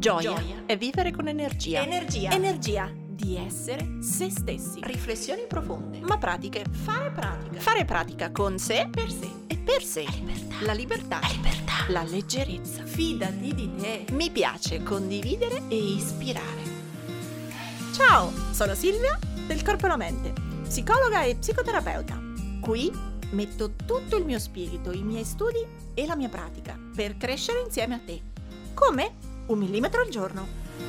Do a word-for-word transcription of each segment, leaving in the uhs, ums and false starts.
Gioia, Gioia è vivere con energia. Energia. Energia di essere se stessi. Riflessioni profonde. Ma pratiche. Fare pratica. Fare pratica con sé, per sé e per sé. La libertà. La libertà. La libertà. La leggerezza. Fidati di te. Mi piace condividere e ispirare. Ciao, sono Silvia del Corpo e la Mente, psicologa e psicoterapeuta. Qui metto tutto il mio spirito, i miei studi e la mia pratica per crescere insieme a te. Come? Un millimetro al giorno.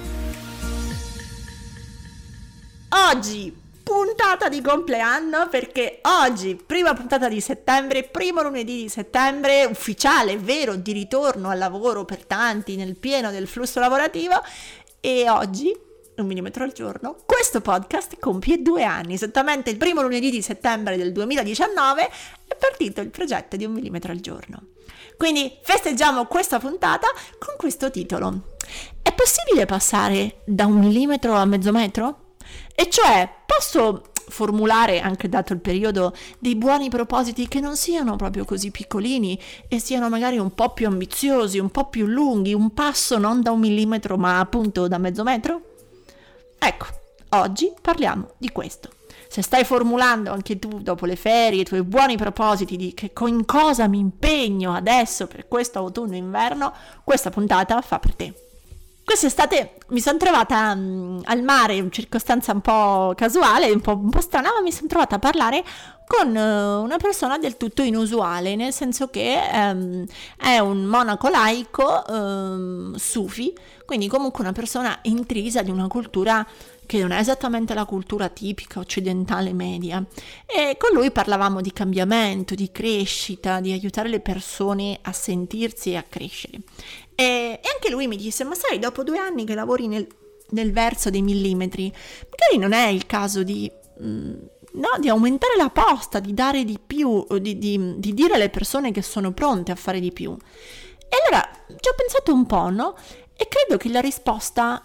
Oggi puntata di compleanno, perché oggi, prima puntata di settembre, primo lunedì di settembre, ufficiale, vero, di ritorno al lavoro per tanti nel pieno del flusso lavorativo, e oggi, un millimetro al giorno, questo podcast compie due anni. Esattamente il primo lunedì di settembre del duemiladiciannove è partito il progetto di un millimetro al giorno. Quindi festeggiamo questa puntata con questo titolo. È possibile passare da un millimetro a mezzo metro? E cioè, posso formulare, anche dato il periodo, dei buoni propositi che non siano proprio così piccolini e siano magari un po' più ambiziosi, un po' più lunghi, un passo non da un millimetro ma appunto da mezzo metro? Ecco, oggi parliamo di questo. Se stai formulando anche tu dopo le ferie i tuoi buoni propositi di che in cosa mi impegno adesso per questo autunno-inverno, questa puntata fa per te. Quest'estate mi sono trovata um, al mare, in circostanza un po' casuale, un po', un po' strana, ma mi sono trovata a parlare con uh, una persona del tutto inusuale, nel senso che um, è un monaco laico um, sufi, quindi comunque una persona intrisa di una cultura che non è esattamente la cultura tipica occidentale media, e con lui parlavamo di cambiamento, di crescita, di aiutare le persone a sentirsi e a crescere. E, e anche lui mi disse: ma sai, dopo due anni che lavori nel, nel verso dei millimetri, magari non è il caso di, mh, no, di aumentare la posta, di dare di più, di, di, di dire alle persone che sono pronte a fare di più. E allora ci ho pensato un po', no? E credo che la risposta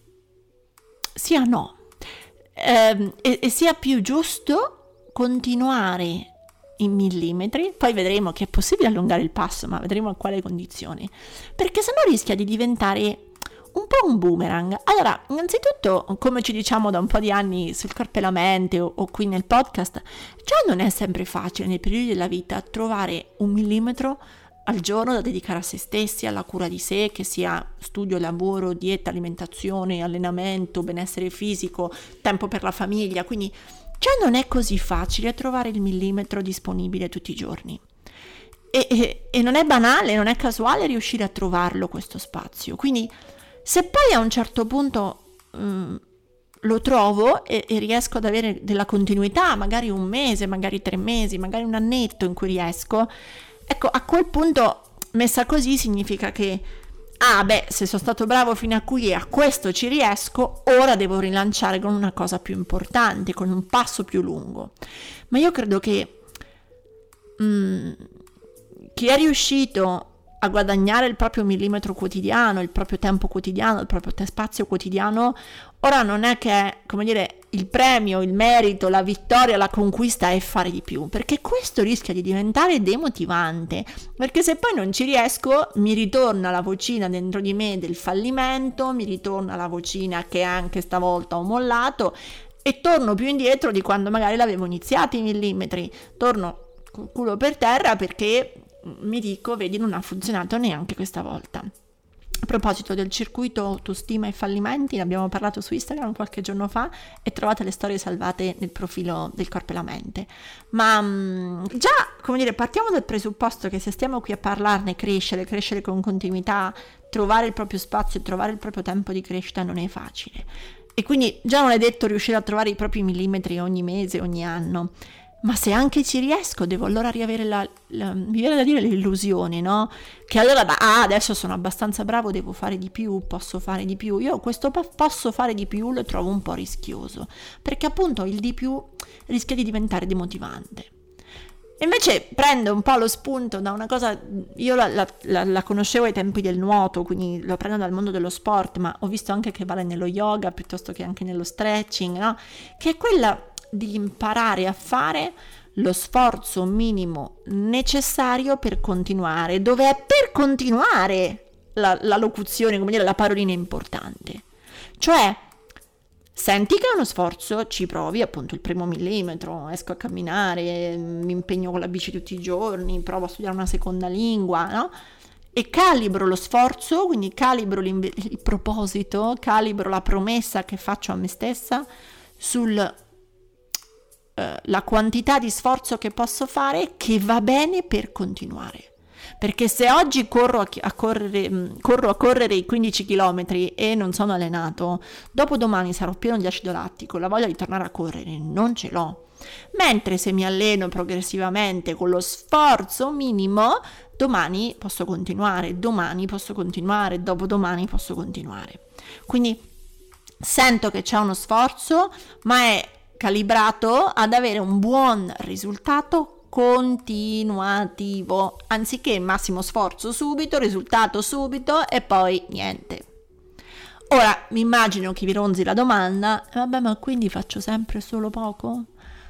sia no, eh, e, e sia più giusto continuare in millimetri. Poi vedremo che è possibile allungare il passo, ma vedremo a quale condizioni, perché sennò rischia di diventare un po' un boomerang. Allora, innanzitutto, come ci diciamo da un po' di anni sul Corpo e la Mente o, o qui nel podcast, già non è sempre facile nei periodi della vita trovare un millimetro al giorno da dedicare a se stessi, alla cura di sé, che sia studio, lavoro, dieta, alimentazione, allenamento, benessere fisico, tempo per la famiglia. Quindi già non è così facile trovare il millimetro disponibile tutti i giorni. E, e, e non è banale, non è casuale riuscire a trovarlo questo spazio. Quindi se poi a un certo punto mh, lo trovo e, e riesco ad avere della continuità, magari un mese, magari tre mesi, magari un annetto in cui riesco, ecco, a quel punto, messa così, significa che, ah beh, se sono stato bravo fino a qui e a questo ci riesco, ora devo rilanciare con una cosa più importante, con un passo più lungo. Ma io credo che mm, chi è riuscito a guadagnare il proprio millimetro quotidiano, il proprio tempo quotidiano, il proprio spazio quotidiano, ora non è che, come dire, il premio, il merito, la vittoria, la conquista è fare di più, perché questo rischia di diventare demotivante, perché se poi non ci riesco mi ritorna la vocina dentro di me del fallimento, mi ritorna la vocina che anche stavolta ho mollato e torno più indietro di quando magari l'avevo iniziato i millimetri, torno col culo per terra perché mi dico, vedi, non ha funzionato neanche questa volta. A proposito del circuito autostima e fallimenti, ne abbiamo parlato su Instagram qualche giorno fa e trovate le storie salvate nel profilo del Corpo e la Mente. Ma mh, già, come dire, partiamo dal presupposto che se stiamo qui a parlarne, crescere, crescere con continuità, trovare il proprio spazio e trovare il proprio tempo di crescita non è facile. E quindi già non è detto riuscire a trovare i propri millimetri ogni mese, ogni anno. Ma se anche ci riesco, devo allora riavere la, la mi viene da dire l'illusione, no? Che allora, ah, adesso sono abbastanza bravo, devo fare di più, posso fare di più. Io questo posso fare di più lo trovo un po' rischioso, perché appunto il di più rischia di diventare demotivante. Invece prendo un po' lo spunto da una cosa, io la, la, la, la conoscevo ai tempi del nuoto, quindi lo prendo dal mondo dello sport, ma ho visto anche che vale nello yoga piuttosto che anche nello stretching, no? Che è quella di imparare a fare lo sforzo minimo necessario per continuare, dove è per continuare la, la locuzione, come dire, la parolina importante. Cioè, senti che è uno sforzo, ci provi appunto il primo millimetro, esco a camminare, mi impegno con la bici tutti i giorni, provo a studiare una seconda lingua, no? E calibro lo sforzo, quindi calibro il proposito, calibro la promessa che faccio a me stessa sul eh, la quantità di sforzo che posso fare che va bene per continuare. Perché se oggi corro a, a correre corro a correre i quindici chilometri e non sono allenato, dopodomani sarò pieno di acido lattico, la voglia di tornare a correre non ce l'ho. Mentre se mi alleno progressivamente con lo sforzo minimo, domani posso continuare, domani posso continuare, dopodomani posso continuare. Quindi sento che c'è uno sforzo, ma è calibrato ad avere un buon risultato continuativo, anziché massimo sforzo subito, risultato subito e poi niente. Ora mi immagino che vi ronzi la domanda: vabbè, ma quindi faccio sempre solo poco?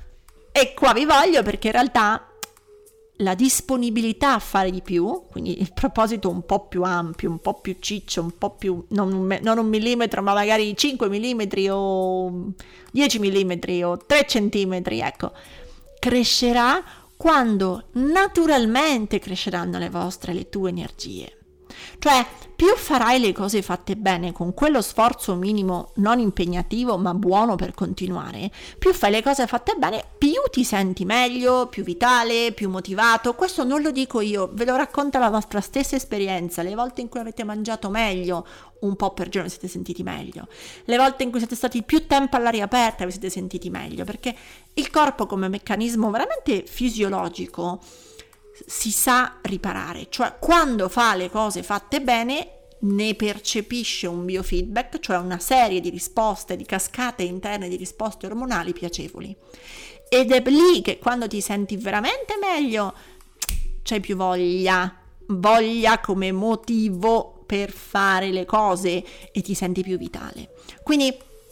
E qua vi voglio, perché in realtà la disponibilità a fare di più, quindi il proposito un po' più ampio, un po' più ciccio, un po' più, non un, non un millimetro, ma magari cinque millimetri o dieci millimetri o tre centimetri, ecco, crescerà quando naturalmente cresceranno le vostre, le tue energie. Cioè, più farai le cose fatte bene con quello sforzo minimo non impegnativo ma buono per continuare, più fai le cose fatte bene, più ti senti meglio, più vitale, più motivato. Questo non lo dico io, ve lo racconta la vostra stessa esperienza. Le volte in cui avete mangiato meglio, un po' per giorno, vi siete sentiti meglio. Le volte in cui siete stati più tempo all'aria aperta, vi siete sentiti meglio, perché il corpo, come meccanismo veramente fisiologico, si sa riparare. Cioè, quando fa le cose fatte bene ne percepisce un biofeedback, cioè una serie di risposte, di cascate interne di risposte ormonali piacevoli, ed è lì che quando ti senti veramente meglio c'hai più voglia voglia come motivo per fare le cose e ti senti più vitale. Quindi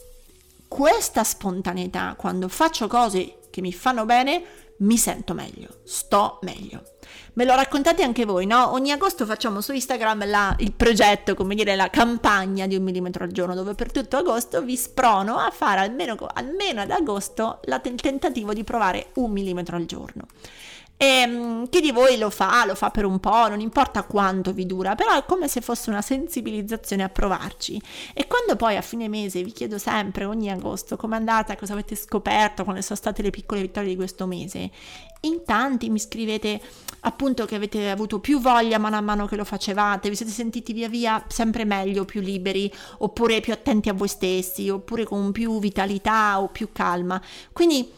questa spontaneità, quando faccio cose che mi fanno bene, mi sento meglio, sto meglio. Me lo raccontate anche voi, no? Ogni agosto facciamo su Instagram la, il progetto, come dire, la campagna di un millimetro al giorno, dove per tutto agosto vi sprono a fare almeno, almeno ad agosto la, il tentativo di provare un millimetro al giorno. E um, chi di voi lo fa, lo fa per un po', non importa quanto vi dura, però è come se fosse una sensibilizzazione a provarci. E quando poi a fine mese vi chiedo sempre, ogni agosto, com'è andata, cosa avete scoperto, quali sono state le piccole vittorie di questo mese, in tanti mi scrivete appunto che avete avuto più voglia mano a mano che lo facevate, vi siete sentiti via via sempre meglio, più liberi, oppure più attenti a voi stessi, oppure con più vitalità o più calma. Quindi,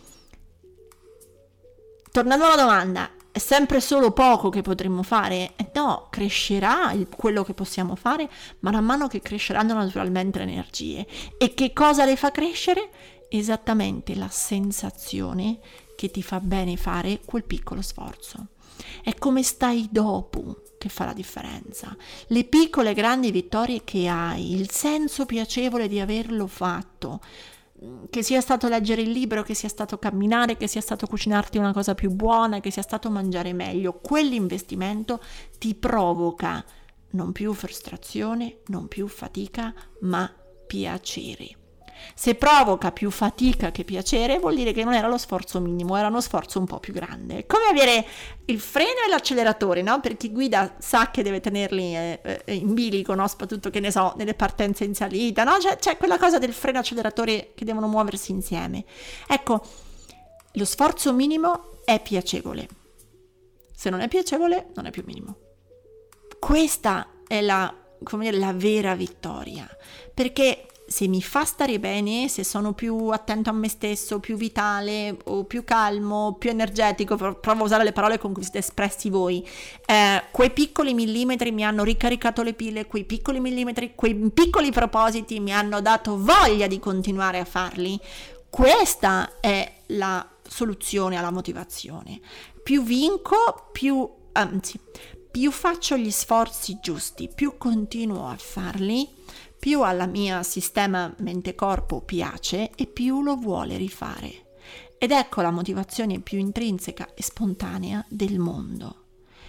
tornando alla domanda, è sempre solo poco che potremmo fare? Eh no, crescerà il, quello che possiamo fare man mano che cresceranno naturalmente le energie. E che cosa le fa crescere? Esattamente la sensazione che ti fa bene fare quel piccolo sforzo. È come stai dopo che fa la differenza. Le piccole grandi vittorie che hai, il senso piacevole di averlo fatto, che sia stato leggere il libro, che sia stato camminare, che sia stato cucinarti una cosa più buona, che sia stato mangiare meglio, quell'investimento ti provoca non più frustrazione, non più fatica, ma piacere. Se provoca più fatica che piacere, vuol dire che non era lo sforzo minimo, era uno sforzo un po' più grande. Come avere il freno e l'acceleratore, no? Per chi guida sa che deve tenerli eh, in bilico, no? Soprattutto, che ne so, nelle partenze in salita, no? C'è, c'è quella cosa del freno e acceleratore che devono muoversi insieme. Ecco, lo sforzo minimo è piacevole. Se non è piacevole, non è più minimo. Questa è la, come dire, la vera vittoria, perché se mi fa stare bene, se sono più attento a me stesso, più vitale o più calmo, più energetico, provo a usare le parole con cui siete espressi voi, eh, quei piccoli millimetri mi hanno ricaricato le pile, quei piccoli millimetri, quei piccoli propositi mi hanno dato voglia di continuare a farli. Questa è la soluzione alla motivazione. Più vinco, più, anzi, più faccio gli sforzi giusti, più continuo a farli, più alla mia sistema mente-corpo piace e più lo vuole rifare. Ed ecco la motivazione più intrinseca e spontanea del mondo.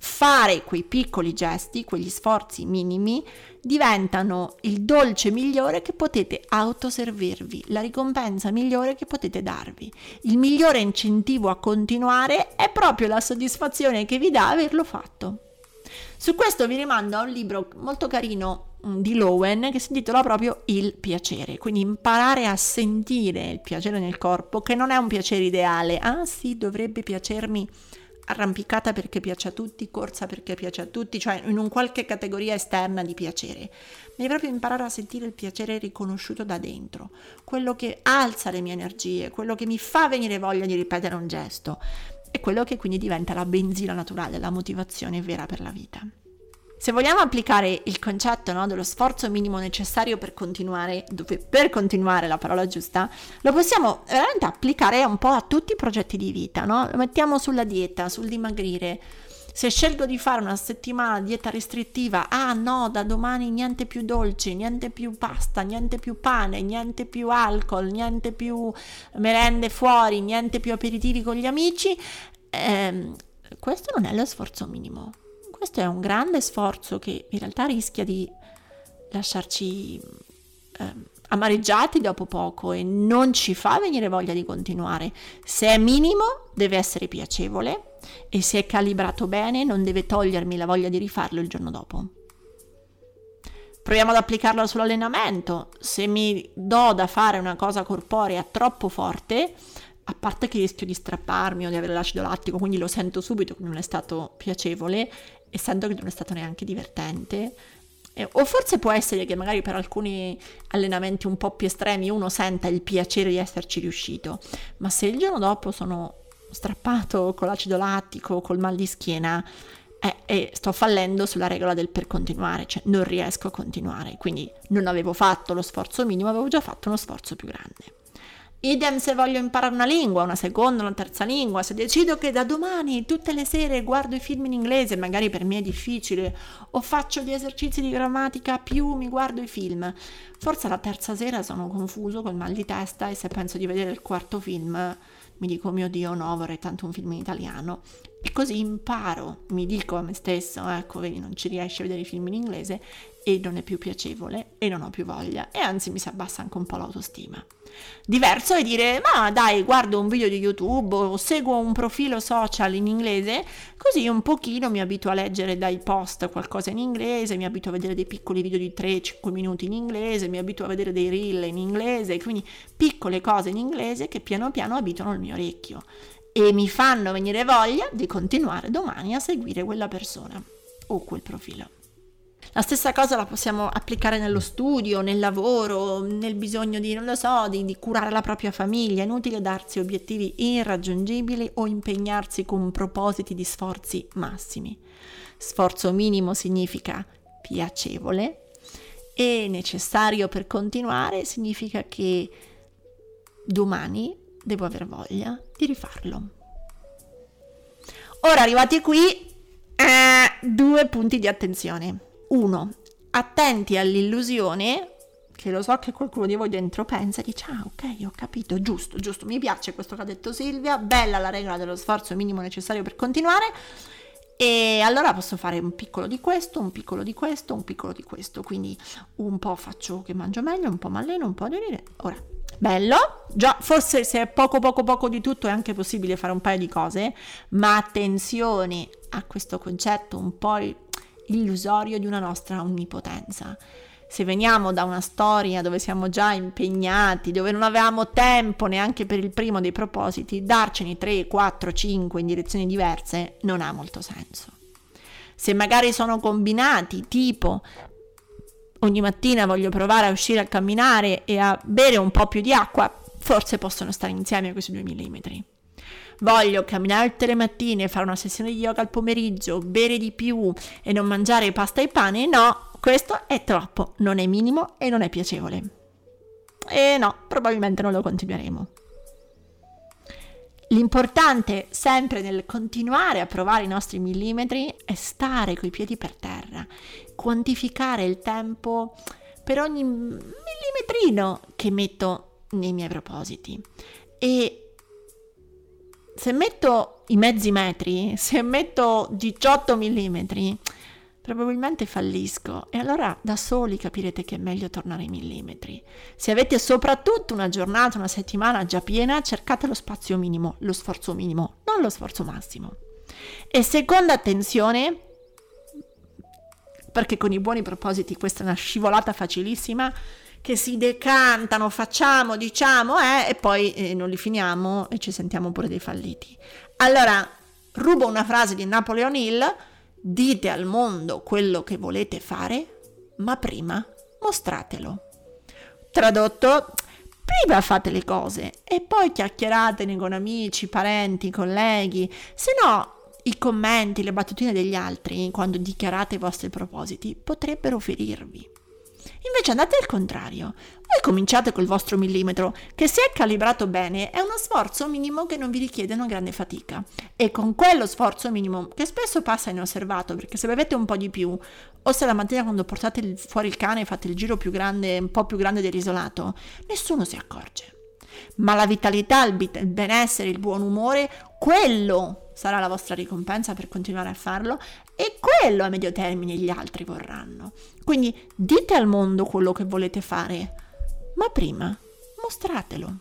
fare quei piccoli gesti, quegli sforzi minimi, diventano il dolce migliore che potete autoservirvi, la ricompensa migliore che potete darvi. Il migliore incentivo a continuare è proprio la soddisfazione che vi dà averlo fatto. Su questo vi rimando a un libro molto carino di Lowen che si intitola proprio Il piacere, quindi imparare a sentire il piacere nel corpo, che non è un piacere ideale. Ah sì, dovrebbe piacermi arrampicata perché piace a tutti, corsa perché piace a tutti, cioè in un qualche categoria esterna di piacere. Devi proprio imparare a sentire il piacere riconosciuto da dentro, quello che alza le mie energie, quello che mi fa venire voglia di ripetere un gesto, e quello che quindi diventa la benzina naturale, la motivazione vera per la vita. Se vogliamo applicare il concetto, no, dello sforzo minimo necessario per continuare, dove per continuare la parola giusta, lo possiamo veramente applicare un po' a tutti i progetti di vita, no? Lo mettiamo sulla dieta, sul dimagrire. Se scelgo di fare una settimana di dieta restrittiva, ah no, da domani niente più dolci, niente più pasta, niente più pane, niente più alcol, niente più merende fuori, niente più aperitivi con gli amici, ehm, questo non è lo sforzo minimo. Questo è un grande sforzo che in realtà rischia di lasciarci eh, amareggiati dopo poco e non ci fa venire voglia di continuare. Se è minimo deve essere piacevole e se è calibrato bene non deve togliermi la voglia di rifarlo il giorno dopo. Proviamo ad applicarlo sull'allenamento. Se mi do da fare una cosa corporea troppo forte, a parte che rischio di strapparmi o di avere l'acido lattico, quindi lo sento subito che non è stato piacevole e sento che non è stato neanche divertente, eh, o forse può essere che magari per alcuni allenamenti un po' più estremi uno senta il piacere di esserci riuscito, ma se il giorno dopo sono strappato con l'acido lattico, col mal di schiena, eh, eh, sto fallendo sulla regola del per continuare, cioè non riesco a continuare, quindi non avevo fatto lo sforzo minimo, avevo già fatto uno sforzo più grande. Idem se voglio imparare una lingua, una seconda, una terza lingua, se decido che da domani tutte le sere guardo i film in inglese, magari per me è difficile, o faccio gli esercizi di grammatica più mi guardo i film, forse la terza sera sono confuso col mal di testa e se penso di vedere il quarto film mi dico mio Dio no, vorrei tanto un film in italiano, e così imparo, mi dico a me stesso, ecco vedi non ci riesci a vedere i film in inglese e non è più piacevole e non ho più voglia e anzi mi si abbassa anche un po' l'autostima. Diverso è dire ma dai guardo un video di YouTube o seguo un profilo social in inglese, così un pochino mi abituo a leggere dai post qualcosa in inglese, mi abituo a vedere dei piccoli video di tre cinque minuti in inglese, mi abituo a vedere dei reel in inglese, quindi piccole cose in inglese che piano piano abituano il mio orecchio e mi fanno venire voglia di continuare domani a seguire quella persona o quel profilo. La stessa cosa la possiamo applicare nello studio, nel lavoro, nel bisogno di, non lo so, di, di curare la propria famiglia. È inutile darsi obiettivi irraggiungibili o impegnarsi con propositi di sforzi massimi. Sforzo minimo significa piacevole e necessario per continuare significa che domani devo aver voglia di rifarlo. Ora, arrivati qui, eh, due punti di attenzione. Uno, attenti all'illusione, che lo so che qualcuno di voi dentro pensa e dice ah ok ho capito, giusto, giusto, mi piace questo che ha detto Silvia, bella la regola dello sforzo minimo necessario per continuare e allora posso fare un piccolo di questo, un piccolo di questo, un piccolo di questo, quindi un po' faccio che mangio meglio, un po' m'alleno, un po' di dire. Ora, bello, già forse se è poco poco poco di tutto è anche possibile fare un paio di cose, ma attenzione a questo concetto un po' illusorio di una nostra onnipotenza. Se veniamo da una storia dove siamo già impegnati, dove non avevamo tempo neanche per il primo dei propositi, darcene tre, quattro, cinque in direzioni diverse non ha molto senso. Se magari sono combinati, tipo ogni mattina voglio provare a uscire a camminare e a bere un po' più di acqua, forse possono stare insieme questi due millimetri. Voglio camminare tutte le mattine, fare una sessione di yoga al pomeriggio, bere di più e non mangiare pasta e pane, no, questo è troppo, non è minimo e non è piacevole. E no, probabilmente non lo continueremo. L'importante sempre nel continuare a provare i nostri millimetri è stare coi piedi per terra, quantificare il tempo per ogni millimetrino che metto nei miei propositi e se metto i mezzi metri, se metto diciotto millimetri, probabilmente fallisco, e allora da soli capirete che è meglio tornare ai millimetri. Se avete soprattutto una giornata, una settimana già piena, cercate lo spazio minimo, lo sforzo minimo, non lo sforzo massimo. E seconda attenzione, perché con i buoni propositi questa è una scivolata facilissima, che si decantano, facciamo, diciamo, eh, e poi eh, non li finiamo e ci sentiamo pure dei falliti. Allora, rubo una frase di Napoleon Hill: dite al mondo quello che volete fare, ma prima mostratelo. Tradotto: prima fate le cose e poi chiacchieratene con amici, parenti, colleghi, se no i commenti, le battutine degli altri quando dichiarate i vostri propositi potrebbero ferirvi. Invece andate al contrario, voi cominciate col vostro millimetro, che se è calibrato bene è uno sforzo minimo che non vi richiede una grande fatica, e con quello sforzo minimo, che spesso passa inosservato, perché se bevete un po' di più o se la mattina quando portate il, fuori il cane fate il giro più grande, un po' più grande dell'isolato, nessuno si accorge. Ma la vitalità, il, il benessere, il buon umore, quello sarà la vostra ricompensa per continuare a farlo, e quello a medio termine gli altri vorranno. Quindi dite al mondo quello che volete fare, ma prima mostratelo.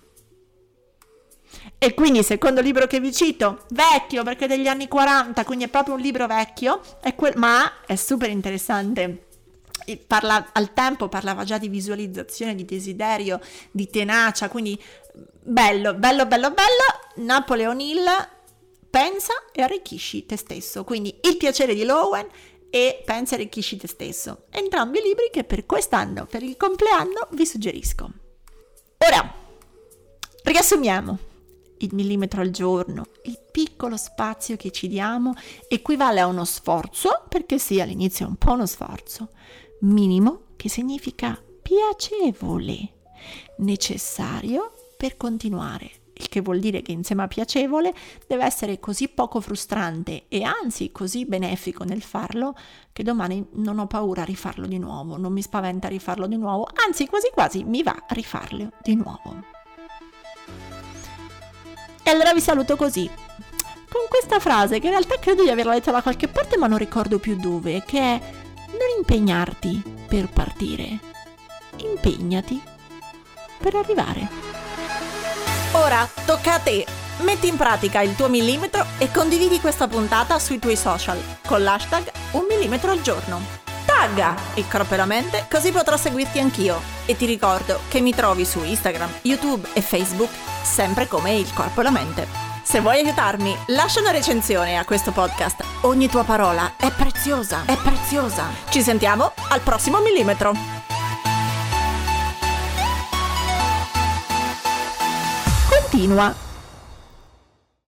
E quindi il secondo libro che vi cito, vecchio perché è degli anni quaranta, quindi è proprio un libro vecchio, è quel, ma è super interessante. Parla, al tempo parlava già di visualizzazione, di desiderio, di tenacia, quindi bello, bello, bello, bello. Napoleon Hill, Pensa e arricchisci te stesso, quindi Il piacere di Lowen e Pensa e arricchisci te stesso, entrambi libri che per quest'anno, per il compleanno, vi suggerisco. Ora riassumiamo: il millimetro al giorno, il piccolo spazio che ci diamo, equivale a uno sforzo, perché sì, all'inizio è un po' uno sforzo minimo, che significa piacevole, necessario per continuare, il che vuol dire che insieme a piacevole deve essere così poco frustrante e anzi così benefico nel farlo che domani non ho paura a rifarlo di nuovo, non mi spaventa a rifarlo di nuovo, anzi quasi quasi mi va a rifarlo di nuovo. E allora vi saluto così, con questa frase che in realtà credo di averla letta da qualche parte ma non ricordo più dove, che è: non impegnarti per partire, impegnati per arrivare. Ora tocca a te. Metti in pratica il tuo millimetro e condividi questa puntata sui tuoi social con l'hashtag un millimetro al giorno. Tagga il Corpo e la Mente, così potrò seguirti anch'io. E ti ricordo che mi trovi su Instagram, YouTube e Facebook sempre come Il Corpo e la Mente. Se vuoi aiutarmi, lascia una recensione a questo podcast. Ogni tua parola è preziosa, è preziosa. Ci sentiamo al prossimo millimetro. Continua